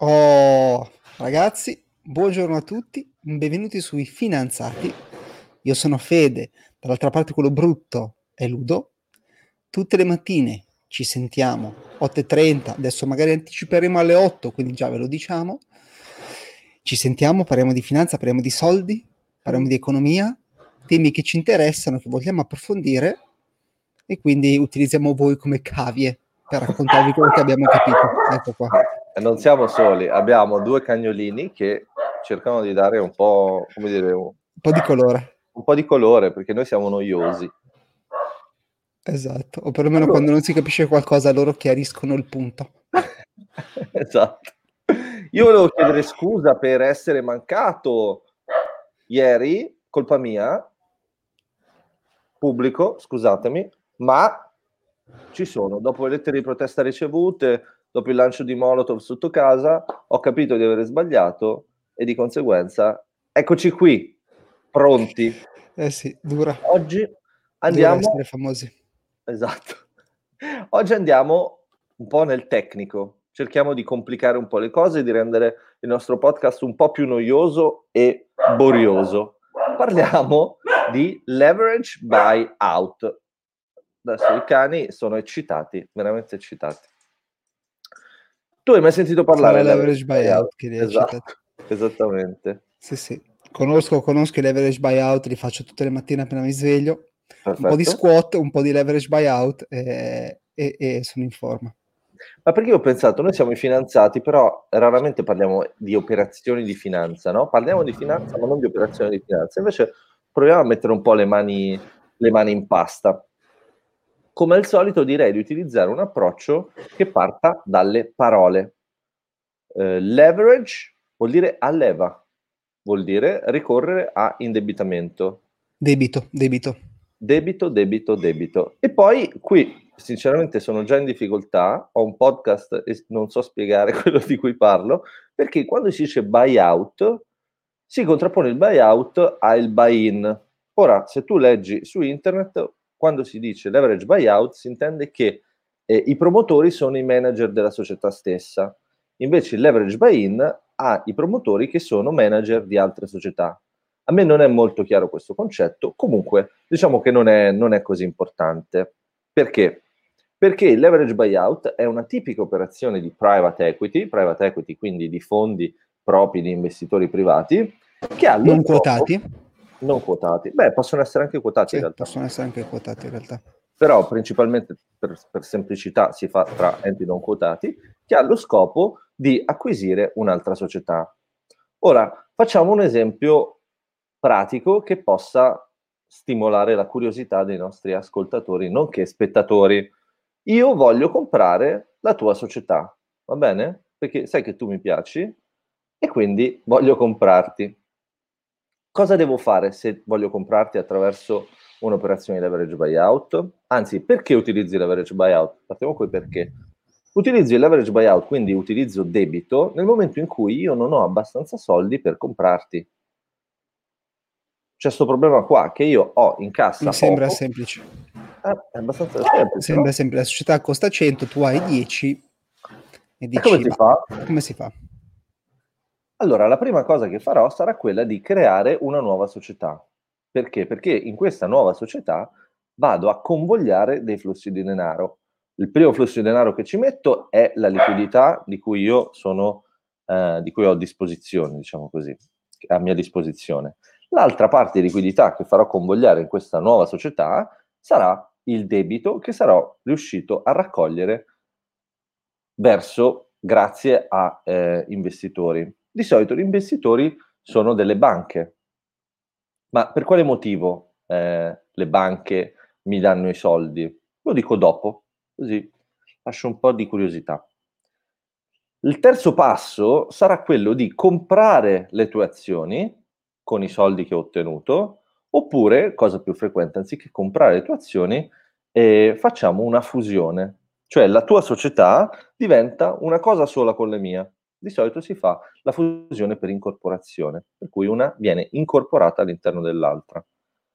Oh, ragazzi, buongiorno a tutti, benvenuti sui Finanziati. Io sono Fede, dall'altra parte quello brutto è Ludo. Tutte le mattine ci sentiamo, 8:30, adesso magari anticiperemo alle 8, quindi già ve lo diciamo. Ci sentiamo, parliamo di finanza, parliamo di soldi, parliamo di economia, temi che ci interessano, che vogliamo approfondire, e quindi utilizziamo voi come cavie per raccontarvi quello che abbiamo capito. Ecco qua. E non siamo soli, abbiamo due cagnolini che cercano di dare un po', come dire, Un po' di colore. un po' di colore, perché noi siamo noiosi. Esatto, o perlomeno Allora. quando non si capisce qualcosa loro chiariscono il punto. Esatto. Io volevo chiedere scusa per essere mancato ieri, colpa mia, pubblico, scusatemi, ma ci sono. Dopo le lettere di protesta ricevute, dopo il lancio di Molotov sotto casa, ho capito di avere sbagliato e di conseguenza eccoci qui, pronti. Eh sì, dura Oggi essere andiamo, famosi. esatto, oggi andiamo un po' nel tecnico, cerchiamo di complicare un po' le cose e di rendere il nostro podcast un po' più noioso e borioso. Parliamo di leverage buyout. Adesso i cani sono eccitati, veramente eccitati. Tu hai mai sentito parlare Sarà di leverage leverage buyout buyout? che li hai citati. Esatto, esattamente. Sì, sì. Conosco i leverage buyout, li faccio tutte le mattine appena mi sveglio. Un po' di Perfetto. squat, un po' di leverage buyout e sono in forma. Ma perché io ho pensato, noi siamo i finanziati, però raramente parliamo di operazioni di finanza, no? Parliamo di finanza, ma non di operazioni di finanza. Invece proviamo a mettere un po' le mani in pasta. Come al solito direi di utilizzare un approccio che parta dalle parole. Leverage vuol dire a leva, vuol dire ricorrere a indebitamento. Debito. Debito, debito, debito. E poi qui, sinceramente, sono già in difficoltà, ho un podcast e non so spiegare quello di cui parlo, perché quando si dice buyout, si contrappone il buyout al buy-in. Ora, se tu leggi su internet, quando si dice leverage buyout, si intende che i promotori sono i manager della società stessa. Invece il leverage buy-in ha i promotori che sono manager di altre società. A me non è molto chiaro questo concetto, comunque diciamo che non è così importante. Perché? Perché il leverage buyout è una tipica operazione di private equity quindi di fondi propri di investitori privati, che ha lo Non scopo, quotati? non quotati, beh possono essere anche quotati in Sì, realtà, possono essere anche quotati in realtà. però principalmente per semplicità si fa tra enti non quotati, che ha lo scopo di acquisire un'altra società. Ora, facciamo un esempio pratico che possa stimolare la curiosità dei nostri ascoltatori, nonché spettatori. Io voglio comprare la tua società, va bene? Perché sai che tu mi piaci e quindi voglio comprarti. Cosa devo fare se voglio comprarti attraverso un'operazione di leverage buyout? Anzi, perché utilizzi il leverage buyout? Partiamo qui perché. Utilizzo il leverage buyout, quindi utilizzo debito, nel momento in cui io non ho abbastanza soldi per comprarti. C'è questo problema qua, che io ho in cassa Mi sembra poco. semplice. È abbastanza semplice, Sembra no? semplice. La società costa 100, tu hai 10 e E come dici, si ma fa? come si fa? Allora, la prima cosa che farò sarà quella di creare una nuova società. Perché? Perché in questa nuova società vado a convogliare dei flussi di denaro. Il primo flusso di denaro che ci metto è la liquidità di cui io sono, di cui ho a disposizione, diciamo così, a mia disposizione. L'altra parte di liquidità che farò convogliare in questa nuova società sarà il debito che sarò riuscito a raccogliere grazie a investitori. Di solito gli investitori sono delle banche. Ma per quale motivo le banche mi danno i soldi? Lo dico dopo, così lascio un po' di curiosità. Il terzo passo sarà quello di comprare le tue azioni con i soldi che ho ottenuto, oppure, cosa più frequente, anziché comprare le tue azioni, facciamo una fusione. Cioè la tua società diventa una cosa sola con le mie. Di solito si fa la fusione per incorporazione, per cui una viene incorporata all'interno dell'altra.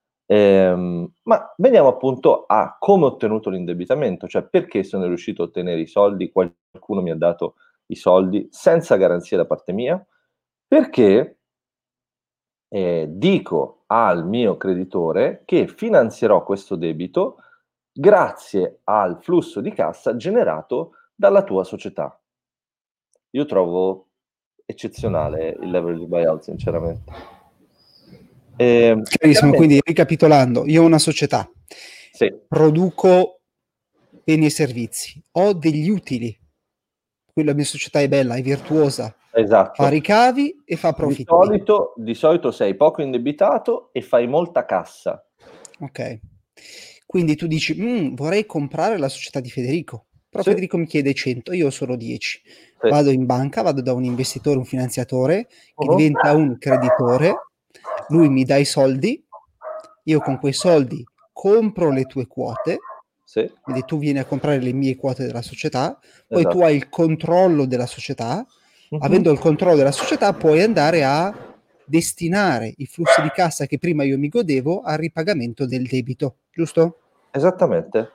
Ma veniamo appunto a come ho ottenuto l'indebitamento, cioè perché sono riuscito a ottenere i soldi, qualcuno mi ha dato i soldi senza garanzia da parte mia, perché dico al mio creditore che finanzierò questo debito grazie al flusso di cassa generato dalla tua società. Io trovo eccezionale il leverage buyout, sinceramente. Chiarissimo, quindi ricapitolando, io ho una società, sì, produco beni e servizi, ho degli utili, quella mia società è bella, è virtuosa, esatto. fa ricavi e fa profitti. Di solito sei poco indebitato e fai molta cassa. Ok, quindi tu dici, vorrei comprare la società di Federico, però Sì. Federico mi chiede 100, io ho solo 10. Sì. Vado in banca, vado da un investitore, un finanziatore, che Uh-huh. diventa un creditore, lui mi dà i soldi, io con quei soldi compro le tue quote, sì. Quindi tu vieni a comprare le mie quote della società, poi Esatto. tu hai il controllo della società, Uh-huh. avendo il controllo della società puoi andare a destinare i flussi di cassa che prima io mi godevo al ripagamento del debito, giusto? Esattamente.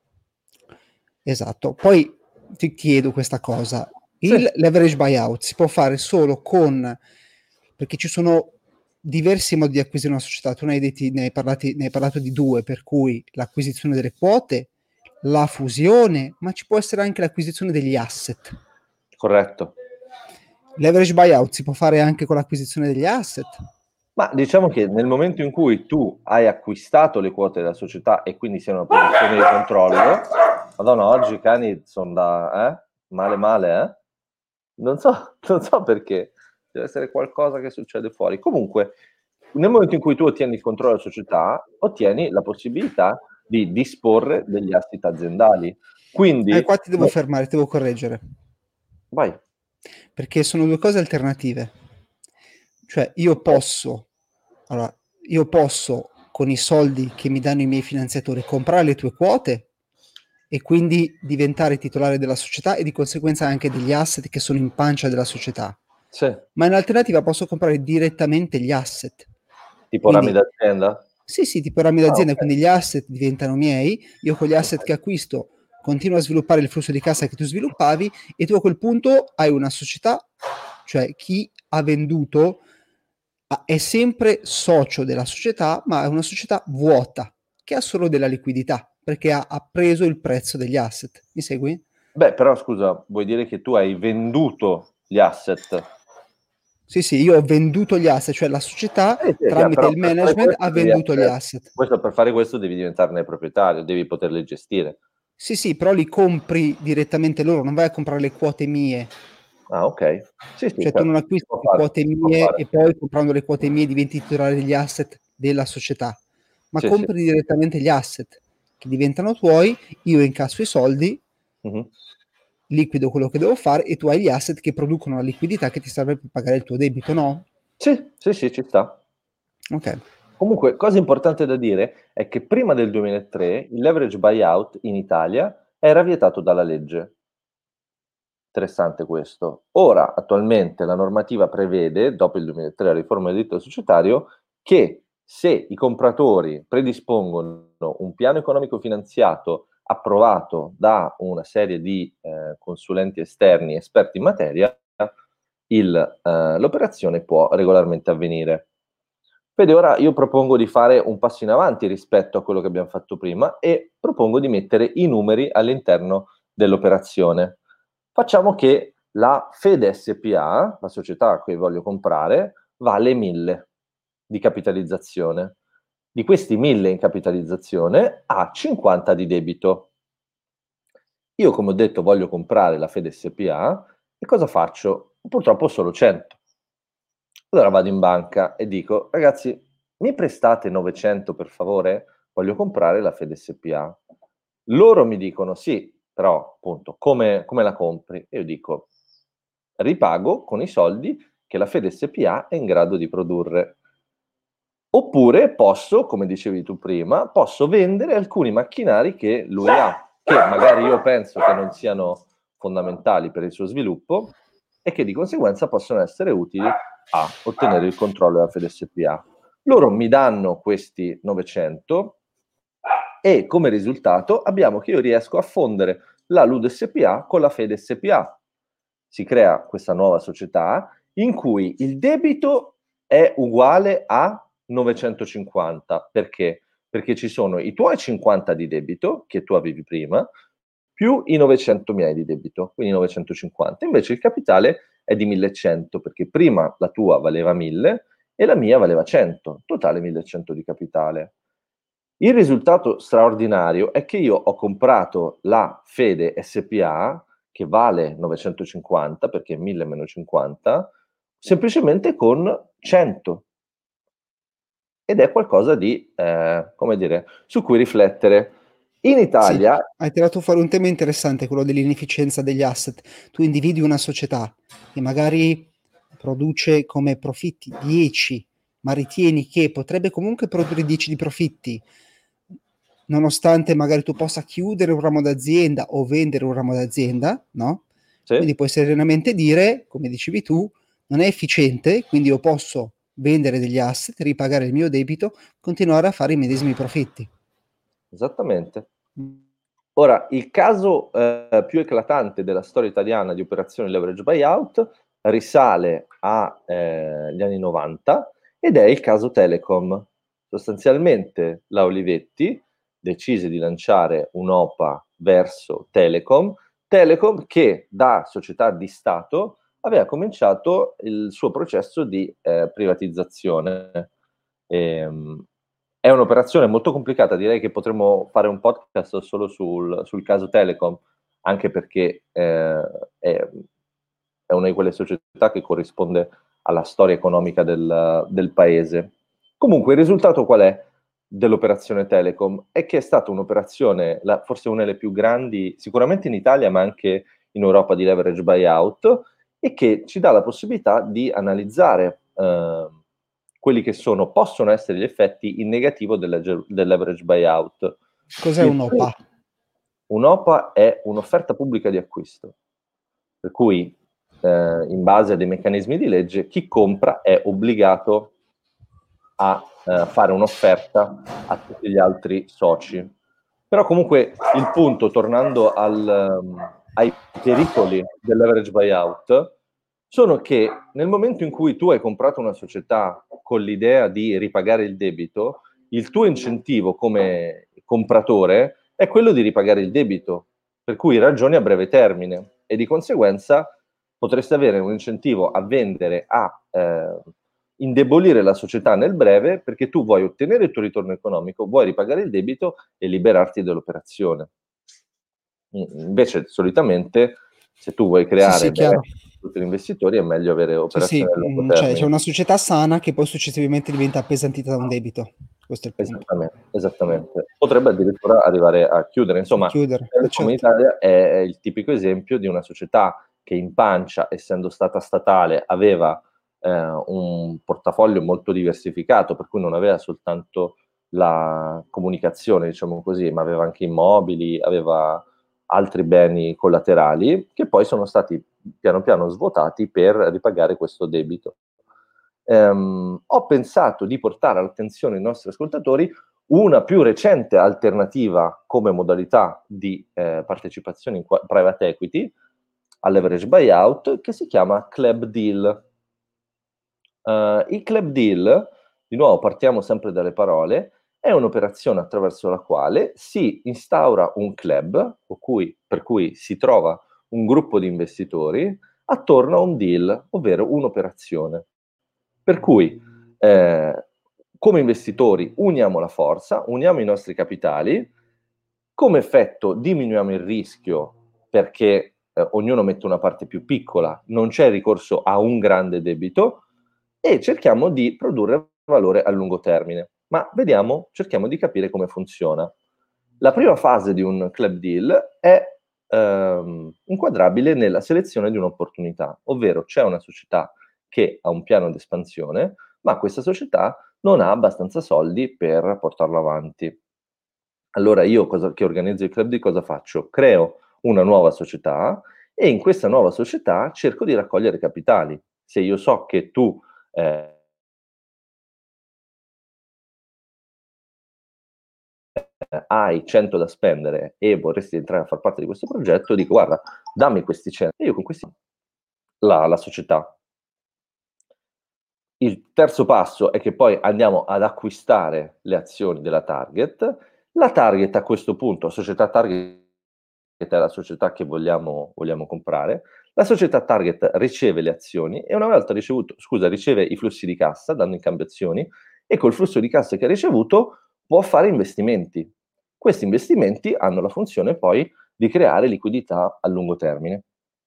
Esatto. Poi ti chiedo questa cosa. Il Sì. leverage buyout si può fare solo con, perché ci sono diversi modi di acquisire una società, tu ne hai parlato di due, per cui l'acquisizione delle quote, la fusione, ma ci può essere anche l'acquisizione degli asset. Corretto. Leverage buyout si può fare anche con l'acquisizione degli asset? Ma diciamo che nel momento in cui tu hai acquistato le quote della società e quindi sei in una posizione di controllo, Madonna, oggi i cani sono da male, non so perché, deve essere qualcosa che succede fuori. Comunque, nel momento in cui tu ottieni il controllo della società, ottieni la possibilità di disporre degli asset aziendali. Quindi, Qua ti devo fermare, ti devo correggere. vai. Perché sono due cose alternative. Cioè, io posso con i soldi che mi danno i miei finanziatori comprare le tue quote e quindi diventare titolare della società e di conseguenza anche degli asset che sono in pancia della società. Sì. Ma in alternativa posso comprare direttamente gli asset. Tipo rami d'azienda? Sì, tipo rami d'azienda, okay. quindi gli asset diventano miei, io con gli asset che acquisto continuo a sviluppare il flusso di cassa che tu sviluppavi e tu a quel punto hai una società, cioè chi ha venduto è sempre socio della società, ma è una società vuota, che ha solo della liquidità, perché ha preso il prezzo degli asset. Mi segui? Beh, però scusa, vuoi dire che tu hai venduto gli asset? Sì, io ho venduto gli asset, cioè la società tramite il management ha venduto gli asset. Per fare questo devi diventarne proprietario, devi poterli gestire. Sì, però li compri direttamente loro, non vai a comprare le quote mie. Ah, ok. Sì, Cioè tu non acquisti le quote mie e poi comprando le quote mie diventi titolare degli asset della società, ma sì, compri direttamente gli asset che diventano tuoi, io incasso i soldi, liquido quello che devo fare e tu hai gli asset che producono la liquidità che ti serve per pagare il tuo debito, no? Sì, ci sta. Ok. Comunque, cosa importante da dire è che prima del 2003 il leverage buyout in Italia era vietato dalla legge. Interessante questo. Ora, attualmente, la normativa prevede, dopo il 2003, la riforma del diritto societario, che se i compratori predispongono un piano economico finanziato approvato da una serie di consulenti esterni esperti in materia, l'operazione può regolarmente avvenire. Vedi, ora io propongo di fare un passo in avanti rispetto a quello che abbiamo fatto prima e propongo di mettere i numeri all'interno dell'operazione. Facciamo che la Fede SPA, la società a cui voglio comprare, vale 1000 di capitalizzazione. Di questi 1000 in capitalizzazione ha 50 di debito. Io, come ho detto, voglio comprare la Fede SPA e cosa faccio? Purtroppo solo 100. Allora vado in banca e dico, ragazzi, mi prestate 900 per favore? Voglio comprare la Fede SPA. Loro mi dicono sì, però appunto come la compri? E io dico, ripago con i soldi che la Fede SPA è in grado di produrre. Oppure posso, come dicevi tu prima, posso vendere alcuni macchinari che lui ha, che magari io penso che non siano fondamentali per il suo sviluppo e che di conseguenza possono essere utili a ottenere il controllo della Fede SPA. Loro mi danno questi 900 e come risultato abbiamo che io riesco a fondere la Lud SPA con la Fede SPA. si crea questa nuova società in cui il debito è uguale a 950. Perché? Perché ci sono i tuoi 50 di debito, che tu avevi prima, più i 900 miei di debito, quindi 950. Invece il capitale è di 1100, perché prima la tua valeva 1000 e la mia valeva 100, totale 1100 di capitale. Il risultato straordinario è che io ho comprato la Fede SPA, che vale 950, perché è 1000 meno 50, semplicemente con 100. Ed è qualcosa di, come dire, su cui riflettere. In Sì, Italia... hai tirato fuori un tema interessante, quello dell'inefficienza degli asset. Tu individui una società che magari produce come profitti 10, ma ritieni che potrebbe comunque produrre 10 di profitti, nonostante magari tu possa chiudere un ramo d'azienda o vendere un ramo d'azienda, no? Sì? Quindi puoi serenamente dire, come dicevi tu, non è efficiente, quindi io posso vendere degli asset, ripagare il mio debito, continuare a fare i medesimi profitti. Esattamente. Ora, il caso più eclatante della storia italiana di operazioni leverage buyout risale agli anni 90 ed è il caso Telecom. Sostanzialmente la Olivetti decise di lanciare un'OPA verso Telecom che da società di Stato aveva cominciato il suo processo di privatizzazione. È un'operazione molto complicata, direi che potremmo fare un podcast solo sul caso Telecom, anche perché è una di quelle società che corrisponde alla storia economica del paese. Comunque il risultato qual è dell'operazione Telecom? È che è stata un'operazione, forse una delle più grandi, sicuramente in Italia, ma anche in Europa, di leverage buyout, e che ci dà la possibilità di analizzare quelli che possono essere gli effetti in negativo del leverage buyout. Cos'è un'OPA? Un'OPA è un'offerta pubblica di acquisto, per cui in base a dei meccanismi di legge chi compra è obbligato a fare un'offerta a tutti gli altri soci. Però comunque il punto, tornando ai pericoli del leverage buyout, sono che nel momento in cui tu hai comprato una società con l'idea di ripagare il debito, il tuo incentivo come compratore è quello di ripagare il debito, per cui ragioni a breve termine e di conseguenza potresti avere un incentivo a vendere, a indebolire la società nel breve, perché tu vuoi ottenere il tuo ritorno economico, vuoi ripagare il debito e liberarti dell'operazione. Invece, solitamente, se tu vuoi creare chiaro. tutti gli investitori, è meglio avere operazioni a lungo Cioè termine. c'è una società sana che poi successivamente diventa appesantita da un debito. Questo è il punto. Esattamente. Potrebbe addirittura arrivare a chiudere. Insomma, Chiudere, Telecom certo. Italia è il tipico esempio di una società che in pancia, essendo stata statale, aveva un portafoglio molto diversificato, per cui non aveva soltanto la comunicazione, diciamo così, ma aveva anche immobili, aveva altri beni collaterali che poi sono stati piano piano svuotati per ripagare questo debito. Ho pensato di portare all'attenzione dei nostri ascoltatori una più recente alternativa come modalità di partecipazione in private equity al leverage buyout, che si chiama club deal. Il club deal, di nuovo partiamo sempre dalle parole, è un'operazione attraverso la quale si instaura un club, per cui si trova un gruppo di investitori attorno a un deal, ovvero un'operazione. Per cui come investitori uniamo la forza, uniamo i nostri capitali, come effetto diminuiamo il rischio perché ognuno mette una parte più piccola, non c'è ricorso a un grande debito e cerchiamo di produrre valore a lungo termine. Ma cerchiamo di capire come funziona. La prima fase di un club deal è inquadrabile nella selezione di un'opportunità, ovvero c'è una società che ha un piano di espansione, ma questa società non ha abbastanza soldi per portarlo avanti. Allora io che organizzo il club deal cosa faccio? Creo una nuova società e in questa nuova società cerco di raccogliere capitali. Se io so che tu hai 100 da spendere e vorresti entrare a far parte di questo progetto, dico guarda, dammi questi 100 e io con questi la società. Il terzo passo è che poi andiamo ad acquistare le azioni della target. La target a questo punto, società target è la società che vogliamo comprare. La società target riceve le azioni e una volta riceve i flussi di cassa, dando in cambio azioni, e col flusso di cassa che ha ricevuto può fare investimenti. Questi investimenti hanno la funzione poi di creare liquidità a lungo termine.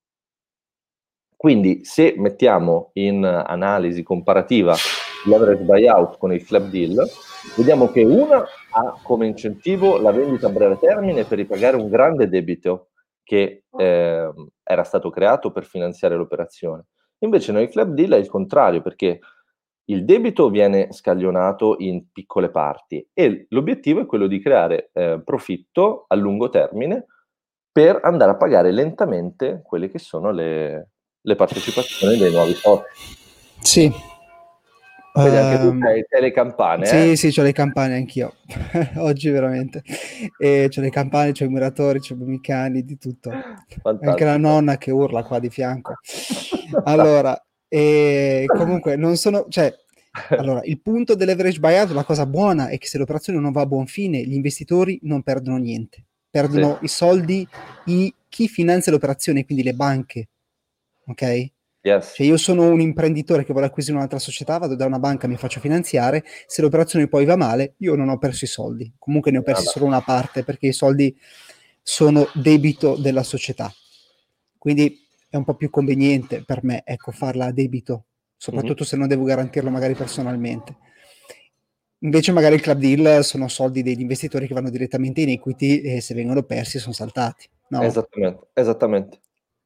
Quindi se mettiamo in analisi comparativa l'average buyout con il club deal, vediamo che una ha come incentivo la vendita a breve termine per ripagare un grande debito che era stato creato per finanziare l'operazione. Invece nel club deal è il contrario, perché il debito viene scaglionato in piccole parti e l'obiettivo è quello di creare profitto a lungo termine per andare a pagare lentamente quelle che sono le partecipazioni dei nuovi soci. Sì. Quindi anche tu hai le campane, Sì, c'ho le campane anch'io. Oggi veramente. C'ho le campane, c'ho i muratori, c'ho i cani, di tutto. Fantastico. Anche la nonna che urla qua di fianco. Allora, comunque non sono, cioè, allora, il punto dell'average buyout, la cosa buona è che se l'operazione non va a buon fine, gli investitori non perdono niente. Perdono i soldi chi finanzia l'operazione, quindi le banche. Ok? Yes. Cioè io sono un imprenditore che vuole acquisire un'altra società, vado da una banca, mi faccio finanziare, se l'operazione poi va male, io non ho perso i soldi. Comunque ne ho persi solo una parte, perché i soldi sono debito della società. Quindi è un po' più conveniente per me, ecco, farla a debito, soprattutto se non devo garantirlo magari personalmente. Invece magari il club deal sono soldi degli investitori che vanno direttamente in equity e se vengono persi sono saltati. No? Esattamente.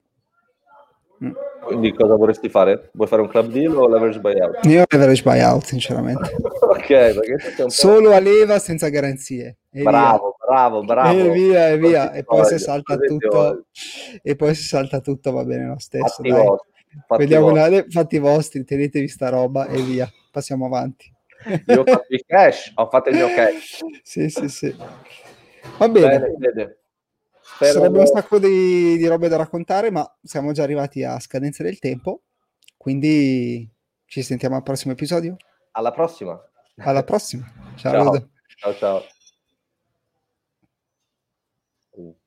Quindi cosa vorresti fare? Vuoi fare un club deal o l'average buyout? Io l'average buyout, sinceramente. Ok, perché tu sei un Solo a leva senza garanzie. E bravo. E via. E poi se Così salta ti voglio. tutto, e poi se salta tutto va bene lo stesso, Fatti dai. fatti Vediamo vostri. fatti vostri, tenetevi sta roba e via. Passiamo avanti. Io ho fatto il cash, ho fatto il mio cash. Sì. Va bene. Bene. Ci sarebbe un sacco di robe da raccontare, ma siamo già arrivati a scadenza del tempo, quindi ci sentiamo al prossimo episodio. Alla prossima. Alla prossima. Ciao. Ciao.